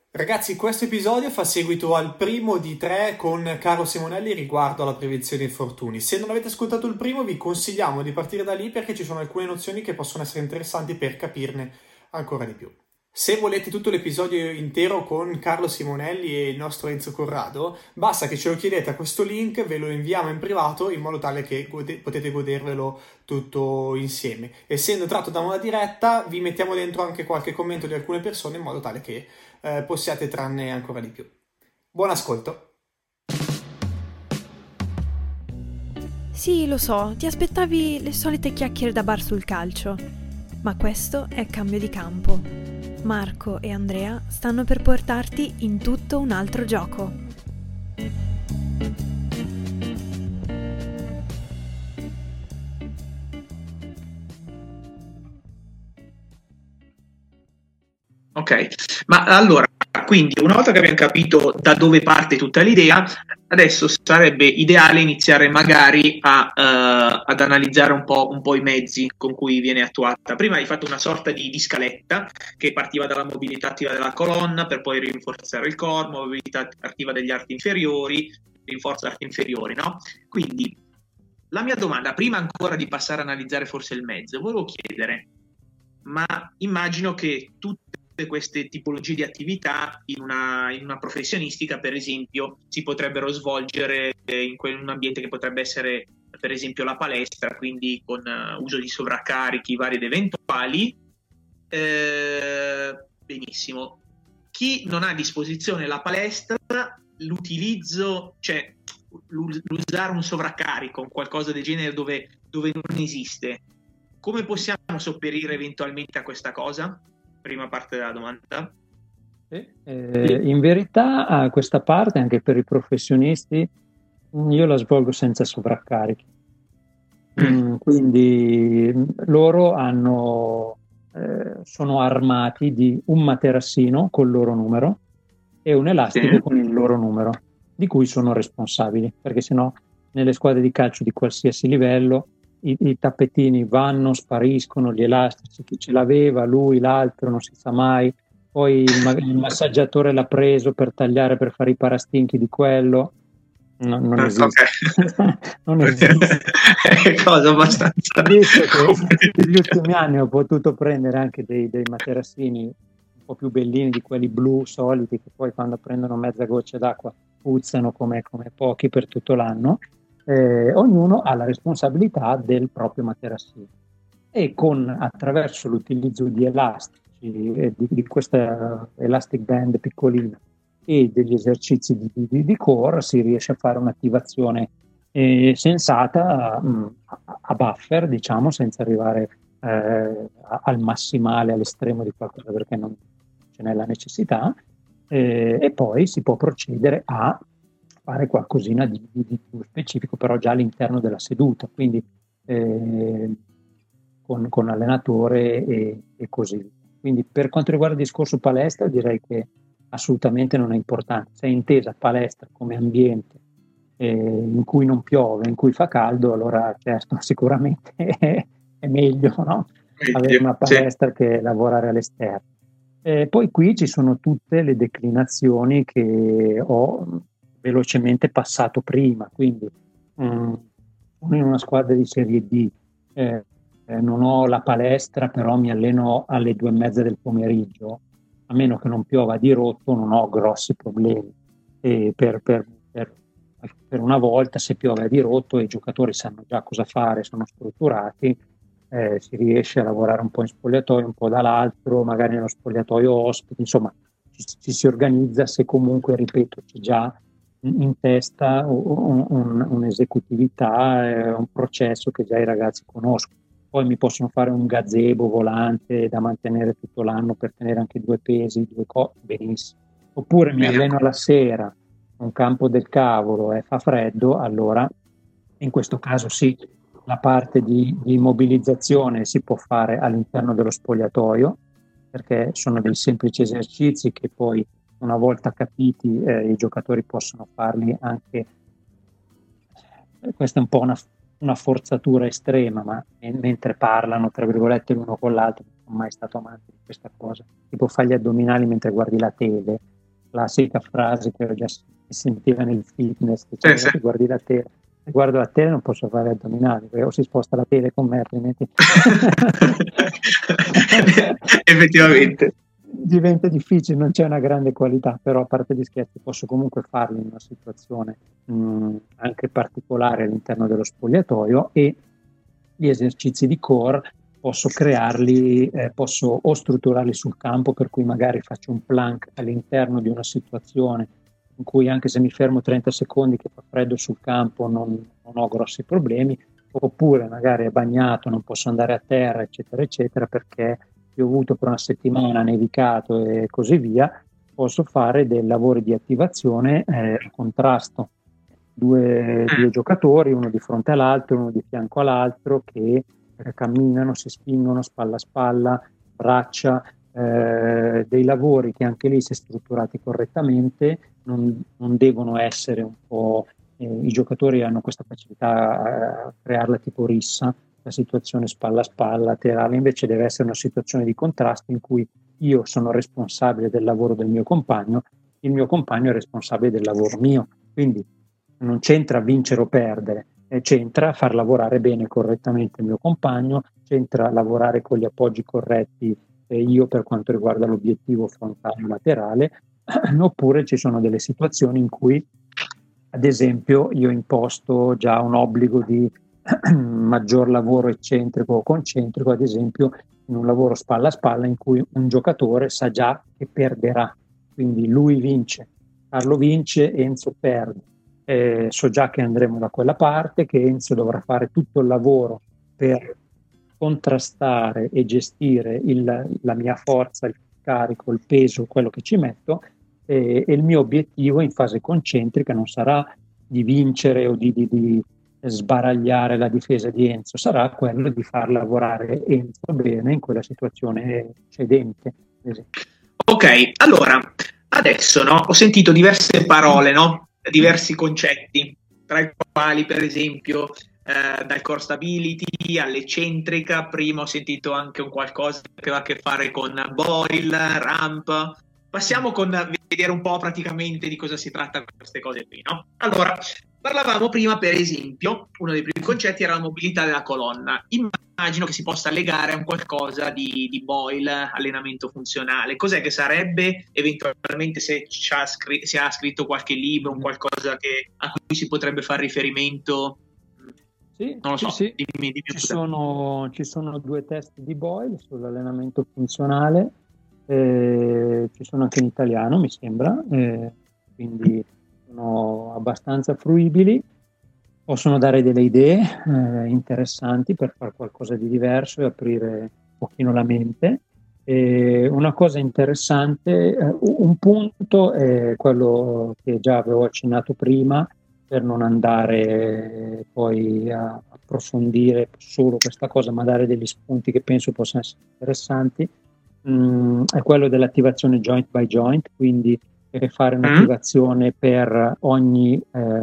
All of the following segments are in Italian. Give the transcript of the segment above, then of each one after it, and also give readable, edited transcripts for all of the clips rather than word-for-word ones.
Ragazzi, questo episodio fa seguito al primo di tre con Carlo Simonelli riguardo alla prevenzione infortuni. Se non avete ascoltato il primo, vi consigliamo di partire da lì perché ci sono alcune nozioni che possono essere interessanti per capirne ancora di più. Se volete tutto l'episodio intero con Carlo Simonelli e il nostro Enzo Corrado, basta che ce lo chiedete a questo link, ve lo inviamo in privato in modo tale che potete godervelo tutto insieme. Essendo tratto da una diretta, vi mettiamo dentro anche qualche commento di alcune persone in modo tale che possiate trarne ancora di più. Buon ascolto. Sì, lo so, ti aspettavi le solite chiacchiere da bar sul calcio, ma questo è cambio di campo. Marco e Andrea stanno per portarti in tutto un altro gioco. Ok, ma allora, quindi una volta che abbiamo capito da dove parte tutta l'idea, adesso sarebbe ideale iniziare magari ad analizzare un po' i mezzi con cui viene attuata. Prima hai fatto una sorta di scaletta che partiva dalla mobilità attiva della colonna per poi rinforzare il core, mobilità attiva degli arti inferiori, rinforzo arti inferiori, no? Quindi la mia domanda, prima ancora di passare a analizzare forse il mezzo, volevo chiedere, ma immagino che tutte queste tipologie di attività in una professionistica, per esempio, si potrebbero svolgere in un ambiente che potrebbe essere, per esempio, la palestra, quindi con uso di sovraccarichi vari ed eventuali. Benissimo. Chi non ha a disposizione la palestra, l'utilizzo, cioè l'usare un sovraccarico, qualcosa del genere dove non esiste, come possiamo sopperire eventualmente a questa cosa? Prima parte della domanda. In verità questa parte anche per i professionisti io la svolgo senza sovraccarichi. Quindi loro sono armati di un materassino col loro numero e un elastico con il loro numero, di cui sono responsabili, perché sennò nelle squadre di calcio di qualsiasi livello i tappetini vanno, spariscono, gli elastici, chi ce l'aveva, lui, l'altro, non si sa mai, poi il massaggiatore l'ha preso per tagliare, per fare i parastinchi di quello. Non esiste. Okay. Non esiste. È cosa abbastanza. Visto che negli ultimi anni ho potuto prendere anche dei materassini un po' più bellini di quelli blu soliti che poi quando prendono mezza goccia d'acqua puzzano come pochi per tutto l'anno. Ognuno ha la responsabilità del proprio materassino e attraverso l'utilizzo di elastici di questa elastic band piccolina e degli esercizi di core si riesce a fare un'attivazione sensata a buffer, diciamo, senza arrivare al massimale, all'estremo di qualcosa perché non ce n'è la necessità, e poi si può procedere a fare qualcosina di più specifico, però già all'interno della seduta, quindi con l'allenatore e così. Quindi per quanto riguarda il discorso palestra direi che assolutamente non è importante. Se è intesa palestra come ambiente in cui non piove, in cui fa caldo, allora certo, sicuramente è meglio, no? Avere una palestra che lavorare all'esterno. Poi qui ci sono tutte le declinazioni che ho velocemente passato prima, quindi sono in una squadra di Serie D, non ho la palestra, però mi alleno alle 2:30 del pomeriggio, a meno che non piova di rotto non ho grossi problemi. E per una volta, se piove a dirotto e i giocatori sanno già cosa fare, sono strutturati, si riesce a lavorare un po' in spogliatoio, un po' dall'altro, magari nello spogliatoio ospiti, insomma ci si organizza se comunque, ripeto, c'è già in testa un'esecutività, un processo che già i ragazzi conoscono. Poi mi possono fare un gazebo volante da mantenere tutto l'anno per tenere anche 2 pesi, 2 cose, benissimo. Oppure mi alleno la sera, un campo del cavolo e fa freddo, allora in questo caso sì, la parte di immobilizzazione si può fare all'interno dello spogliatoio, perché sono dei semplici esercizi che poi una volta capiti i giocatori possono farli anche, questa è un po' una forzatura estrema, ma mentre parlano tra virgolette l'uno con l'altro, non sono mai stato amante di questa cosa, tipo fare gli addominali mentre guardi la tele, classica frase che ho già sentiva nel fitness, che Sì. guardi la tele. Se guardo la tele non posso fare addominali, perché o si sposta la tele con me, altrimenti Effettivamente. diventa difficile, non c'è una grande qualità, però a parte gli scherzi posso comunque farlo in una situazione anche particolare all'interno dello spogliatoio, e gli esercizi di core posso crearli, posso o strutturarli sul campo, per cui magari faccio un plank all'interno di una situazione in cui anche se mi fermo 30 secondi che fa freddo sul campo non ho grossi problemi, oppure magari è bagnato, non posso andare a terra, eccetera, eccetera, perché ho avuto per una settimana nevicato e così via, posso fare dei lavori di attivazione a contrasto. Due giocatori, uno di fronte all'altro, uno di fianco all'altro, che camminano, si spingono spalla a spalla, braccia, dei lavori che anche lì, se strutturati correttamente, non devono essere un po'... I giocatori hanno questa facilità a crearla tipo rissa, la situazione spalla a spalla, laterale, invece deve essere una situazione di contrasto in cui io sono responsabile del lavoro del mio compagno, il mio compagno è responsabile del lavoro mio, quindi non c'entra vincere o perdere, c'entra far lavorare bene, correttamente il mio compagno, c'entra lavorare con gli appoggi corretti io per quanto riguarda l'obiettivo frontale o laterale, oppure ci sono delle situazioni in cui, ad esempio, io ho imposto già un obbligo di maggior lavoro eccentrico o concentrico, ad esempio in un lavoro spalla a spalla in cui un giocatore sa già che perderà, quindi lui vince, Carlo vince, Enzo perde. So già che andremo da quella parte, che Enzo dovrà fare tutto il lavoro per contrastare e gestire la mia forza, il carico, il peso, quello che ci metto, e il mio obiettivo in fase concentrica non sarà di vincere o di sbaragliare la difesa di Enzo, sarà quello di far lavorare Enzo bene in quella situazione cedente. Ok, allora, adesso ho sentito diverse parole, diversi concetti, tra i quali per esempio dal core stability all'eccentrica. Prima ho sentito anche un qualcosa che aveva a che fare con Boyle, ramp. Passiamo con vedere un po' praticamente di cosa si tratta queste cose qui, no? Allora, parlavamo prima, per esempio, uno dei primi concetti era la mobilità della colonna. Immagino che si possa legare a un qualcosa di Boyle, allenamento funzionale. Cos'è che sarebbe? Eventualmente se ha scritto qualche libro, un qualcosa a cui si potrebbe fare riferimento? Sì, non lo so. Sì. Dimmi ci sono 2 testi di Boyle sull'allenamento funzionale. Ci sono anche in italiano, mi sembra, quindi sono abbastanza fruibili, possono dare delle idee interessanti per fare qualcosa di diverso e aprire un pochino la mente. Una cosa interessante, un punto è quello che già avevo accennato prima, per non andare poi a approfondire solo questa cosa, ma dare degli spunti che penso possano essere interessanti. È quello dell'attivazione joint by joint, quindi fare un'attivazione per ogni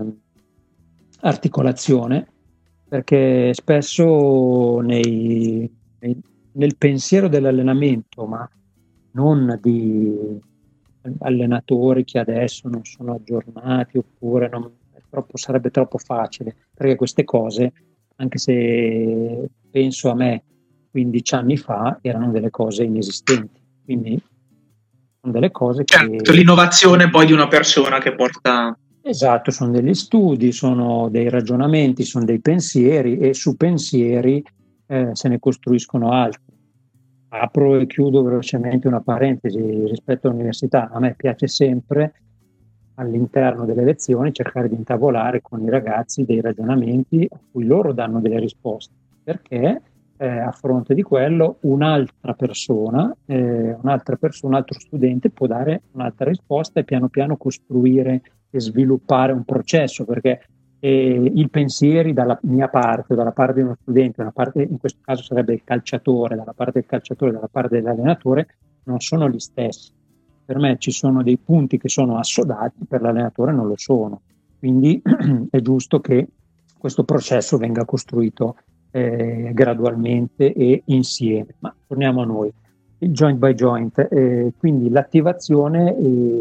articolazione, perché spesso nel pensiero dell'allenamento, ma non di allenatori che adesso non sono aggiornati, oppure sarebbe troppo facile, perché queste cose, anche se penso a me 15 anni fa, erano delle cose inesistenti, quindi sono delle cose certo, l'innovazione poi di una persona che porta... Esatto, sono degli studi, sono dei ragionamenti, sono dei pensieri, e su pensieri se ne costruiscono altri. Apro e chiudo velocemente una parentesi rispetto all'università. A me piace sempre, all'interno delle lezioni, cercare di intavolare con i ragazzi dei ragionamenti a cui loro danno delle risposte, perché a fronte di quello un'altra persona, un altro studente può dare un'altra risposta e piano piano costruire e sviluppare un processo, perché i pensieri dalla mia parte, dalla parte di uno studente, in questo caso sarebbe il calciatore, dalla parte del calciatore, dalla parte dell'allenatore, non sono gli stessi. Per me ci sono dei punti che sono assodati, per l'allenatore non lo sono, quindi è giusto che questo processo venga costruito gradualmente e insieme. Ma torniamo a noi. il joint by joint, quindi l'attivazione,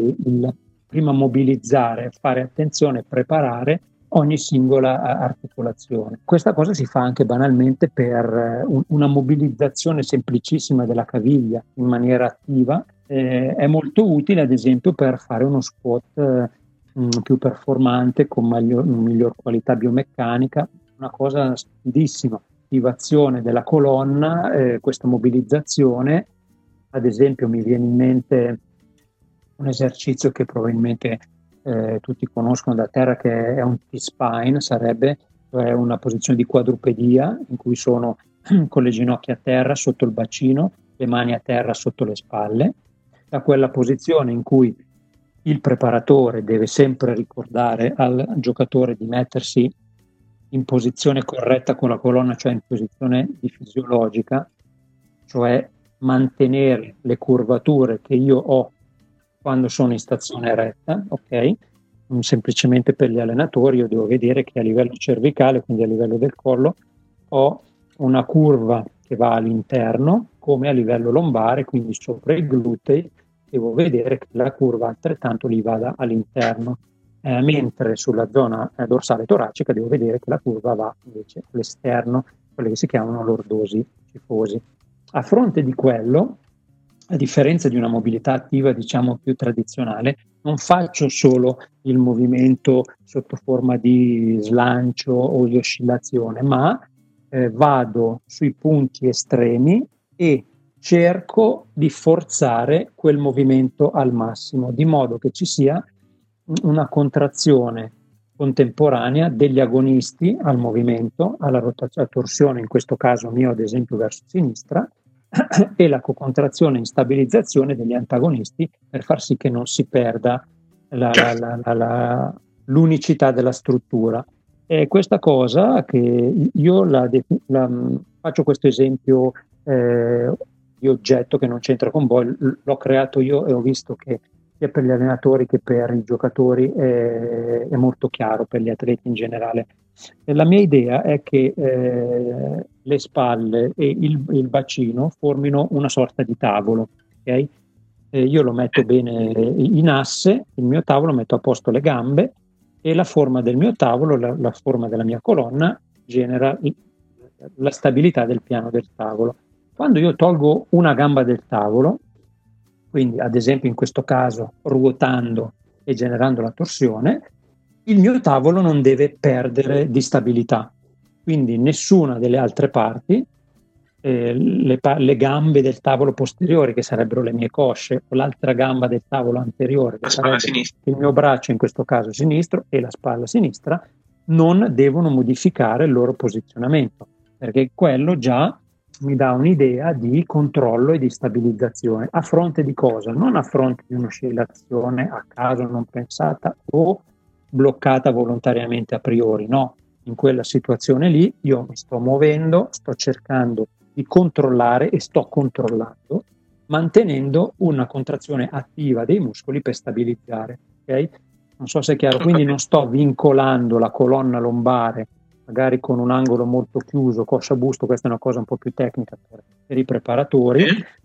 prima mobilizzare, fare attenzione, preparare ogni singola articolazione. Questa cosa si fa anche banalmente per una mobilizzazione semplicissima della caviglia in maniera attiva. È molto utile ad esempio per fare uno squat più performante con miglior qualità biomeccanica, una cosa stupidissima. Attivazione della colonna, questa mobilizzazione. Ad esempio mi viene in mente un esercizio che probabilmente tutti conoscono da terra, che è un T-spine, sarebbe cioè una posizione di quadrupedia in cui sono con le ginocchia a terra sotto il bacino, le mani a terra sotto le spalle. Da quella posizione in cui il preparatore deve sempre ricordare al giocatore di mettersi in posizione corretta con la colonna, cioè in posizione di fisiologica, cioè mantenere le curvature che io ho quando sono in stazione retta, ok? Semplicemente per gli allenatori io devo vedere che a livello cervicale, quindi a livello del collo, ho una curva che va all'interno, come a livello lombare, quindi sopra i glutei, devo vedere che la curva altrettanto lì vada all'interno, mentre sulla zona dorsale toracica devo vedere che la curva va invece all'esterno, quelle che si chiamano lordosi cifosi. A fronte di quello, a differenza di una mobilità attiva, diciamo, più tradizionale, non faccio solo il movimento sotto forma di slancio o di oscillazione, ma vado sui punti estremi e cerco di forzare quel movimento al massimo, di modo che ci sia una contrazione contemporanea degli agonisti al movimento, alla rotazione, torsione, in questo caso mio ad esempio verso sinistra, e la cocontrazione e stabilizzazione degli antagonisti per far sì che non si perda l'unicità della struttura. E questa cosa che io faccio questo esempio di oggetto che non c'entra con voi, l'ho creato io e ho visto che sia per gli allenatori che per i giocatori è molto chiaro, per gli atleti in generale. E la mia idea è che le spalle e il bacino formino una sorta di tavolo, ok? Io lo metto bene in asse, il mio tavolo, metto a posto le gambe e la forma del mio tavolo, la forma della mia colonna genera la stabilità del piano del tavolo. Quando io tolgo una gamba del tavolo, quindi ad esempio in questo caso ruotando e generando la torsione, il mio tavolo non deve perdere di stabilità, quindi nessuna delle altre parti, le gambe del tavolo posteriore, che sarebbero le mie cosce, o l'altra gamba del tavolo anteriore, che sarebbe il mio braccio, in questo caso sinistro, e la spalla sinistra, non devono modificare il loro posizionamento, perché quello già mi dà un'idea di controllo e di stabilizzazione. A fronte di cosa? Non a fronte di un'oscillazione a caso non pensata o bloccata volontariamente a priori, no. In quella situazione lì io mi sto muovendo, sto cercando di controllare e sto controllando, mantenendo una contrazione attiva dei muscoli per stabilizzare, ok? Non so se è chiaro, quindi non sto vincolando la colonna lombare magari con un angolo molto chiuso, coscia-busto, questa è una cosa un po' più tecnica per i preparatori,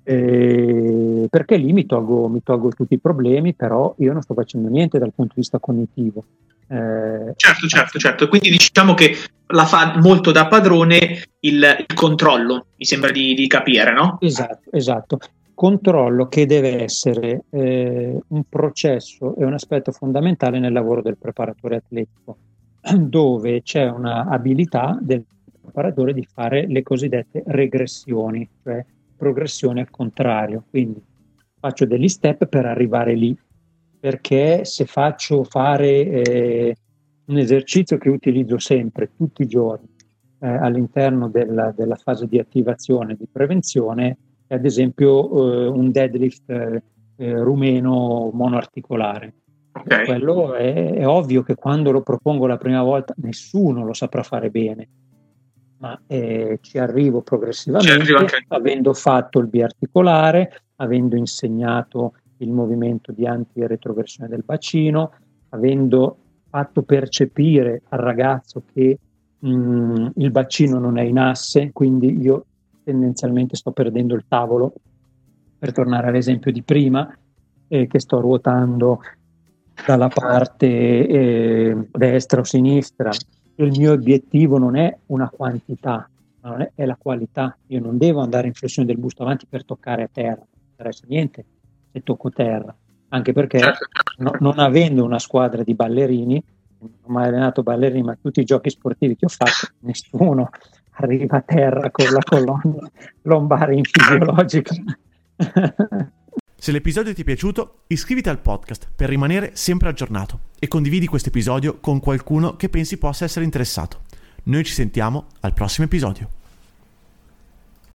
perché lì mi tolgo tutti i problemi, però io non sto facendo niente dal punto di vista cognitivo. Certo. Quindi diciamo che la fa molto da padrone il controllo, mi sembra di capire, no? Esatto. Controllo che deve essere un processo e un aspetto fondamentale nel lavoro del preparatore atletico, dove c'è una abilità del preparatore di fare le cosiddette regressioni, cioè progressioni al contrario. Quindi faccio degli step per arrivare lì, perché se faccio fare un esercizio che utilizzo sempre, tutti i giorni, all'interno della fase di attivazione, di prevenzione, è ad esempio un deadlift rumeno monoarticolare. Okay. Quello è ovvio che quando lo propongo la prima volta nessuno lo saprà fare bene, ma ci arrivo progressivamente, avendo fatto il biarticolare, avendo insegnato il movimento di anti- e retroversione del bacino, avendo fatto percepire al ragazzo che il bacino non è in asse, quindi io tendenzialmente sto perdendo il tavolo per tornare all'esempio di prima, che sto ruotando dalla parte destra o sinistra, il mio obiettivo non è una quantità, ma è la qualità. Io non devo andare in flessione del busto avanti per toccare a terra, non interessa niente se tocco terra, anche perché non avendo una squadra di ballerini, non ho mai allenato ballerini, ma tutti i giochi sportivi che ho fatto, nessuno arriva a terra con la colonna lombare in fisiologica. Se l'episodio ti è piaciuto, iscriviti al podcast per rimanere sempre aggiornato e condividi questo episodio con qualcuno che pensi possa essere interessato. Noi ci sentiamo al prossimo episodio.